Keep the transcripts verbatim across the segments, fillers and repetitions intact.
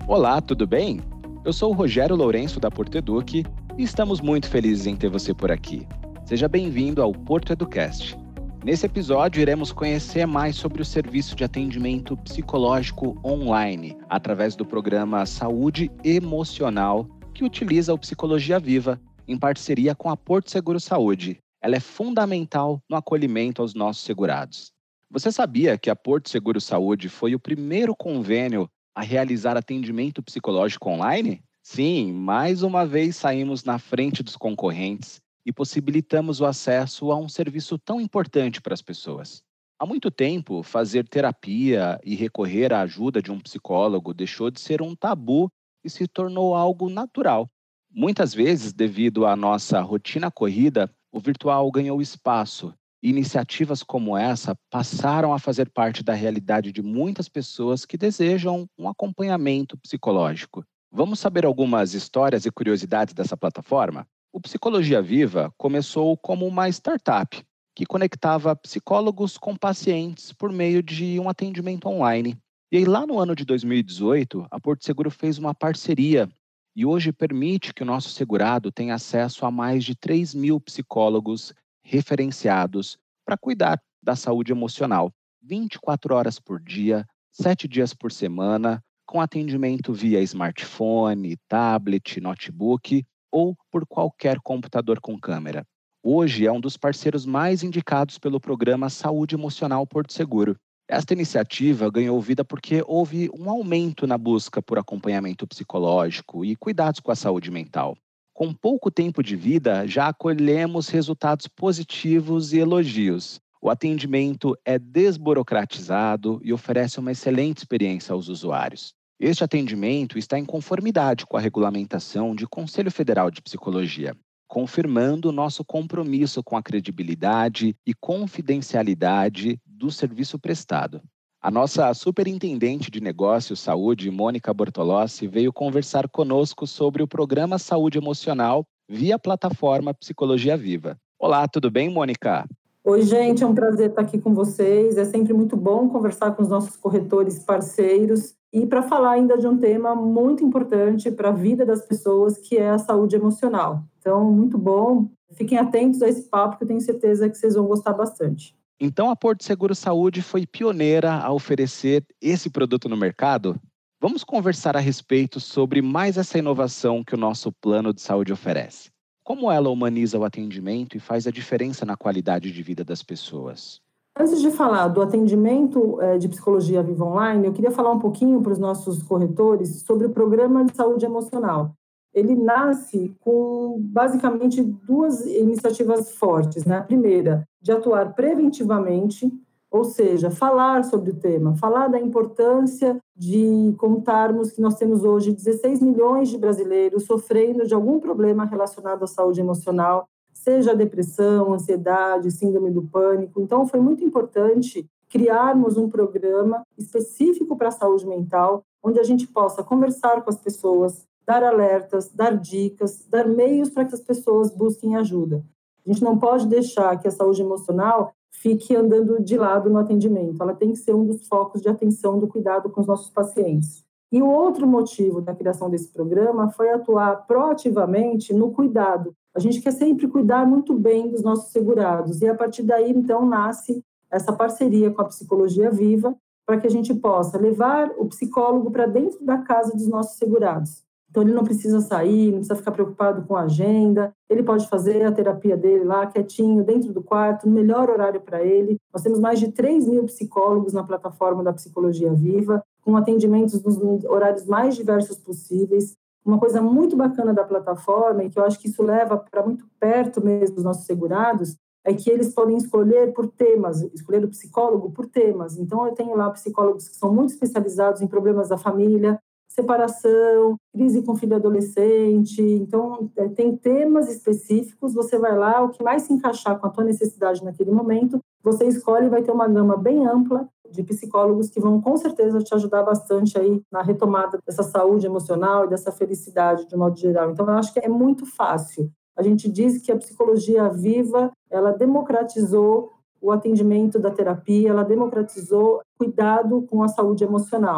Olá, tudo bem? Eu sou o Rogério Lourenço da Porto Educ e estamos muito felizes em ter você por aqui. Seja bem-vindo ao Porto Educast. Nesse episódio, iremos conhecer mais sobre o serviço de atendimento psicológico online, através do programa Saúde Emocional, que utiliza o Psicologia Viva, em parceria com a Porto Seguro Saúde. Ela é fundamental no acolhimento aos nossos segurados. Você sabia que a Porto Seguro Saúde foi o primeiro convênio a realizar atendimento psicológico online? Sim, mais uma vez saímos na frente dos concorrentes e possibilitamos o acesso a um serviço tão importante para as pessoas. Há muito tempo, fazer terapia e recorrer à ajuda de um psicólogo deixou de ser um tabu e se tornou algo natural. Muitas vezes, devido à nossa rotina corrida, o virtual ganhou espaço. E iniciativas como essa passaram a fazer parte da realidade de muitas pessoas que desejam um acompanhamento psicológico. Vamos saber algumas histórias e curiosidades dessa plataforma? O Psicologia Viva começou como uma startup que conectava psicólogos com pacientes por meio de um atendimento online. E aí, lá no ano de dois mil e dezoito, a Porto Seguro fez uma parceria e hoje permite que o nosso segurado tenha acesso a mais de três mil psicólogos referenciados para cuidar da saúde emocional, vinte e quatro horas por dia, sete dias por semana, com atendimento via smartphone, tablet, notebook ou por qualquer computador com câmera. Hoje é um dos parceiros mais indicados pelo programa Saúde Emocional Porto Seguro. Esta iniciativa ganhou vida porque houve um aumento na busca por acompanhamento psicológico e cuidados com a saúde mental. Com pouco tempo de vida, já acolhemos resultados positivos e elogios. O atendimento é desburocratizado e oferece uma excelente experiência aos usuários. Este atendimento está em conformidade com a regulamentação do Conselho Federal de Psicologia, confirmando nosso compromisso com a credibilidade e confidencialidade do serviço prestado. A nossa superintendente de negócios saúde, Mônica Bortolossi, veio conversar conosco sobre o programa Saúde Emocional via plataforma Psicologia Viva. Olá, tudo bem, Mônica? Oi, gente, é um prazer estar aqui com vocês. É sempre muito bom conversar com os nossos corretores parceiros e para falar ainda de um tema muito importante para a vida das pessoas, que é a saúde emocional. Então, muito bom. Fiquem atentos a esse papo, que eu tenho certeza que vocês vão gostar bastante. Então, a Porto Seguro Saúde foi pioneira a oferecer esse produto no mercado? Vamos conversar a respeito sobre mais essa inovação que o nosso plano de saúde oferece. Como ela humaniza o atendimento e faz a diferença na qualidade de vida das pessoas? Antes de falar do atendimento de Psicologia Viva Online, eu queria falar um pouquinho para os nossos corretores sobre o programa de saúde emocional. Ele nasce com, basicamente, duas iniciativas fortes, né? A primeira, de atuar preventivamente, ou seja, falar sobre o tema, falar da importância de contarmos que nós temos hoje dezesseis milhões de brasileiros sofrendo de algum problema relacionado à saúde emocional, seja depressão, ansiedade, síndrome do pânico. Então, foi muito importante criarmos um programa específico para a saúde mental, onde a gente possa conversar com as pessoas, dar alertas, dar dicas, dar meios para que as pessoas busquem ajuda. A gente não pode deixar que a saúde emocional fique andando de lado no atendimento. Ela tem que ser um dos focos de atenção do cuidado com os nossos pacientes. E o outro motivo da criação desse programa foi atuar proativamente no cuidado. A gente quer sempre cuidar muito bem dos nossos segurados. E a partir daí, então, nasce essa parceria com a Psicologia Viva para que a gente possa levar o psicólogo para dentro da casa dos nossos segurados. Então, ele não precisa sair, não precisa ficar preocupado com a agenda, ele pode fazer a terapia dele lá, quietinho, dentro do quarto, no melhor horário para ele. Nós temos mais de três mil psicólogos na plataforma da Psicologia Viva, com atendimentos nos horários mais diversos possíveis. Uma coisa muito bacana da plataforma, e que eu acho que isso leva para muito perto mesmo dos nossos segurados, é que eles podem escolher por temas, escolher o psicólogo por temas. Então, eu tenho lá psicólogos que são muito especializados em problemas da família, separação, crise com filho adolescente. Então, tem temas específicos, você vai lá, o que mais se encaixar com a tua necessidade naquele momento, você escolhe e vai ter uma gama bem ampla de psicólogos que vão, com certeza, te ajudar bastante aí na retomada dessa saúde emocional e dessa felicidade, de modo geral. Então, eu acho que é muito fácil. A gente diz que a Psicologia Viva, ela democratizou o atendimento da terapia, ela democratizou o cuidado com a saúde emocional.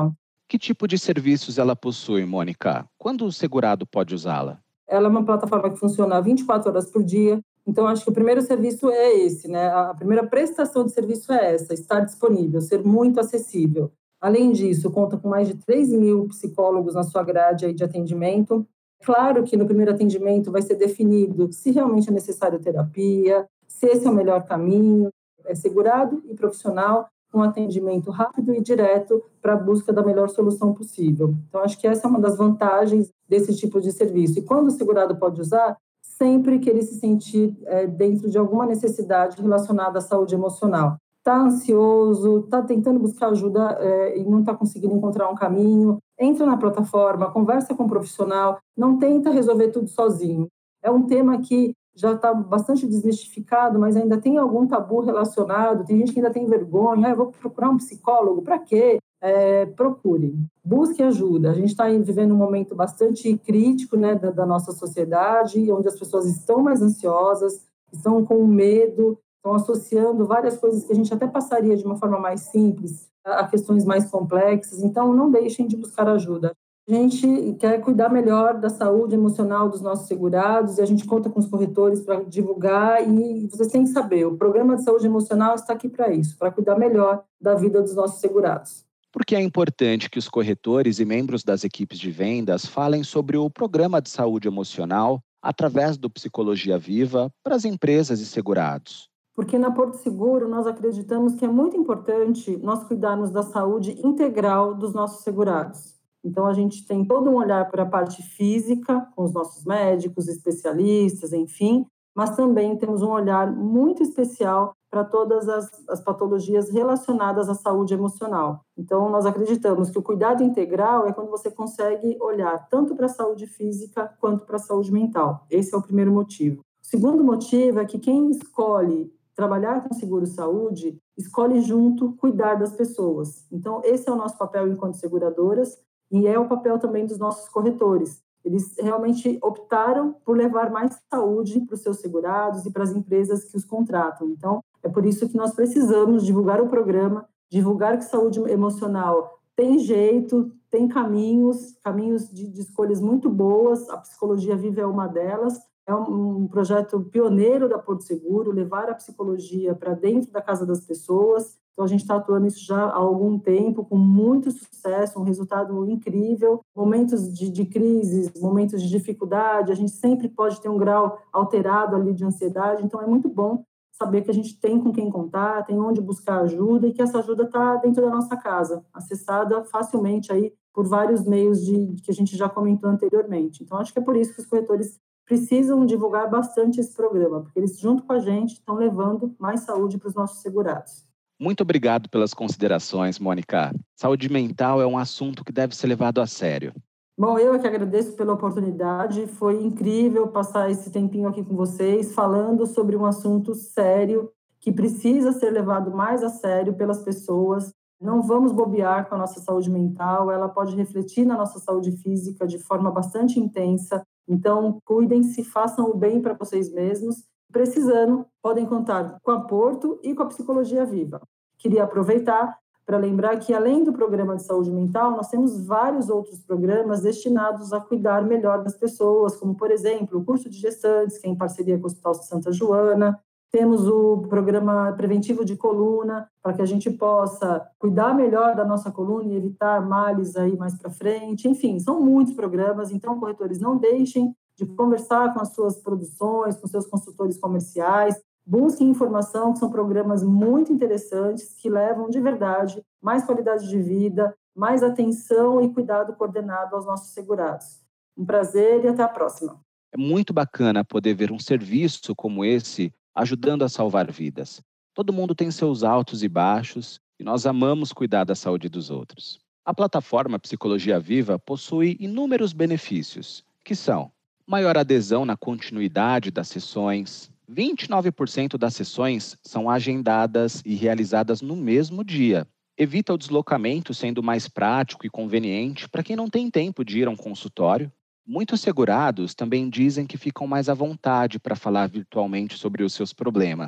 Que tipo de serviços ela possui, Mônica? Quando o segurado pode usá-la? Ela é uma plataforma que funciona vinte e quatro horas por dia, então acho que o primeiro serviço é esse, né? A primeira prestação de serviço é essa, estar disponível, ser muito acessível. Além disso, conta com mais de três mil psicólogos na sua grade aí de atendimento. Claro que no primeiro atendimento vai ser definido se realmente é necessário terapia, se esse é o melhor caminho, é segurado e profissional, um atendimento rápido e direto para a busca da melhor solução possível. Então, acho que essa é uma das vantagens desse tipo de serviço. E quando o segurado pode usar, sempre que ele se sentir é, dentro de alguma necessidade relacionada à saúde emocional. Está ansioso, está tentando buscar ajuda é, e não está conseguindo encontrar um caminho, entra na plataforma, conversa com um profissional, não tenta resolver tudo sozinho. É um tema que já está bastante desmistificado, mas ainda tem algum tabu relacionado, tem gente que ainda tem vergonha, ah, eu vou procurar um psicólogo, para quê? É, procure, busque ajuda. A gente está vivendo um momento bastante crítico, né, da, da nossa sociedade, onde as pessoas estão mais ansiosas, estão com medo, estão associando várias coisas que a gente até passaria de uma forma mais simples a questões mais complexas, então não deixem de buscar ajuda. A gente quer cuidar melhor da saúde emocional dos nossos segurados e a gente conta com os corretores para divulgar e vocês têm que saber, o programa de saúde emocional está aqui para isso, para cuidar melhor da vida dos nossos segurados. Por que é importante que os corretores e membros das equipes de vendas falem sobre o programa de saúde emocional através do Psicologia Viva para as empresas e segurados? Porque na Porto Seguro nós acreditamos que é muito importante nós cuidarmos da saúde integral dos nossos segurados. Então, a gente tem todo um olhar para a parte física, com os nossos médicos, especialistas, enfim, mas também temos um olhar muito especial para todas as, as patologias relacionadas à saúde emocional. Então, nós acreditamos que o cuidado integral é quando você consegue olhar tanto para a saúde física quanto para a saúde mental. Esse é o primeiro motivo. O segundo motivo é que quem escolhe trabalhar com seguro-saúde escolhe junto cuidar das pessoas. Então, esse é o nosso papel enquanto seguradoras, e é o papel também dos nossos corretores. Eles realmente optaram por levar mais saúde para os seus segurados e para as empresas que os contratam. Então, é por isso que nós precisamos divulgar o programa, divulgar que saúde emocional tem jeito, tem caminhos, caminhos de, de escolhas muito boas, a Psicologia Viva é uma delas. É um, um projeto pioneiro da Porto Seguro, levar a psicologia para dentro da casa das pessoas. Então, a gente está atuando isso já há algum tempo, com muito sucesso, um resultado incrível. Momentos de, de crise, momentos de dificuldade, a gente sempre pode ter um grau alterado ali de ansiedade. Então, é muito bom saber que a gente tem com quem contar, tem onde buscar ajuda e que essa ajuda está dentro da nossa casa, acessada facilmente aí por vários meios de, que a gente já comentou anteriormente. Então, acho que é por isso que os corretores precisam divulgar bastante esse programa, porque eles, junto com a gente, estão levando mais saúde para os nossos segurados. Muito obrigado pelas considerações, Mônica. Saúde mental é um assunto que deve ser levado a sério. Bom, eu é que agradeço pela oportunidade, foi incrível passar esse tempinho aqui com vocês, falando sobre um assunto sério, que precisa ser levado mais a sério pelas pessoas. Não vamos bobear com a nossa saúde mental, ela pode refletir na nossa saúde física de forma bastante intensa. Então, cuidem-se, façam o bem para vocês mesmos. Precisando, podem contar com a Porto e com a Psicologia Viva. Queria aproveitar para lembrar que, além do programa de saúde mental, nós temos vários outros programas destinados a cuidar melhor das pessoas, como, por exemplo, o curso de gestantes, que é em parceria com o Hospital Santa Joana. Temos o programa preventivo de coluna, para que a gente possa cuidar melhor da nossa coluna e evitar males aí mais para frente. Enfim, são muitos programas, então, corretores, não deixem de conversar com as suas produções, com seus consultores comerciais, busquem informação, que são programas muito interessantes, que levam de verdade mais qualidade de vida, mais atenção e cuidado coordenado aos nossos segurados. Um prazer e até a próxima. É muito bacana poder ver um serviço como esse ajudando a salvar vidas. Todo mundo tem seus altos e baixos e nós amamos cuidar da saúde dos outros. A plataforma Psicologia Viva possui inúmeros benefícios, que são maior adesão na continuidade das sessões. vinte e nove por cento das sessões são agendadas e realizadas no mesmo dia. Evita o deslocamento, sendo mais prático e conveniente para quem não tem tempo de ir a um consultório. Muitos segurados também dizem que ficam mais à vontade para falar virtualmente sobre os seus problemas.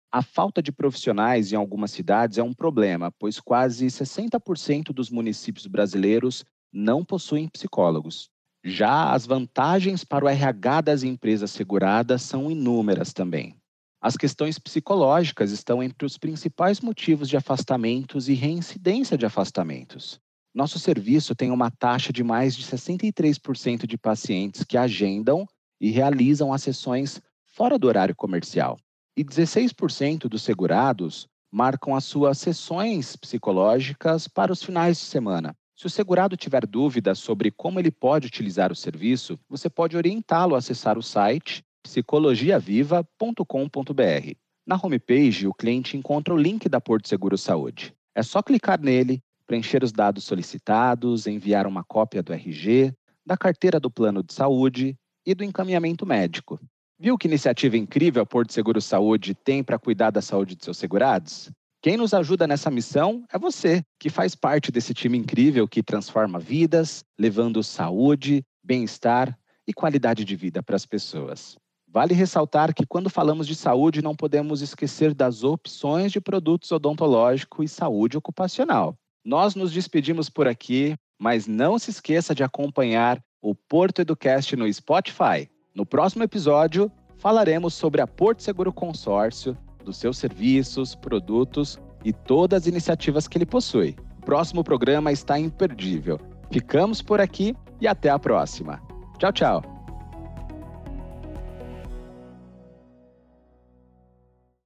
A falta de profissionais em algumas cidades é um problema, pois quase sessenta por cento dos municípios brasileiros não possuem psicólogos. Já as vantagens para o R H das empresas seguradas são inúmeras também. As questões psicológicas estão entre os principais motivos de afastamentos e reincidência de afastamentos. Nosso serviço tem uma taxa de mais de sessenta e três por cento de pacientes que agendam e realizam as sessões fora do horário comercial. E dezesseis por cento dos segurados marcam as suas sessões psicológicas para os finais de semana. Se o segurado tiver dúvidas sobre como ele pode utilizar o serviço, você pode orientá-lo a acessar o site psicologia viva ponto com ponto b r. Na homepage, o cliente encontra o link da Porto Seguro Saúde. É só clicar nele, preencher os dados solicitados, enviar uma cópia do R G, da carteira do plano de saúde e do encaminhamento médico. Viu que iniciativa incrível a Porto Seguro Saúde tem para cuidar da saúde de seus segurados? Quem nos ajuda nessa missão é você, que faz parte desse time incrível que transforma vidas, levando saúde, bem-estar e qualidade de vida para as pessoas. Vale ressaltar que quando falamos de saúde não podemos esquecer das opções de produtos odontológicos e saúde ocupacional. Nós nos despedimos por aqui, mas não se esqueça de acompanhar o Porto Educast no Spotify. No próximo episódio, falaremos sobre a Porto Seguro Consórcio, dos seus serviços, produtos e todas as iniciativas que ele possui. O próximo programa está imperdível. Ficamos por aqui e até a próxima. Tchau, tchau!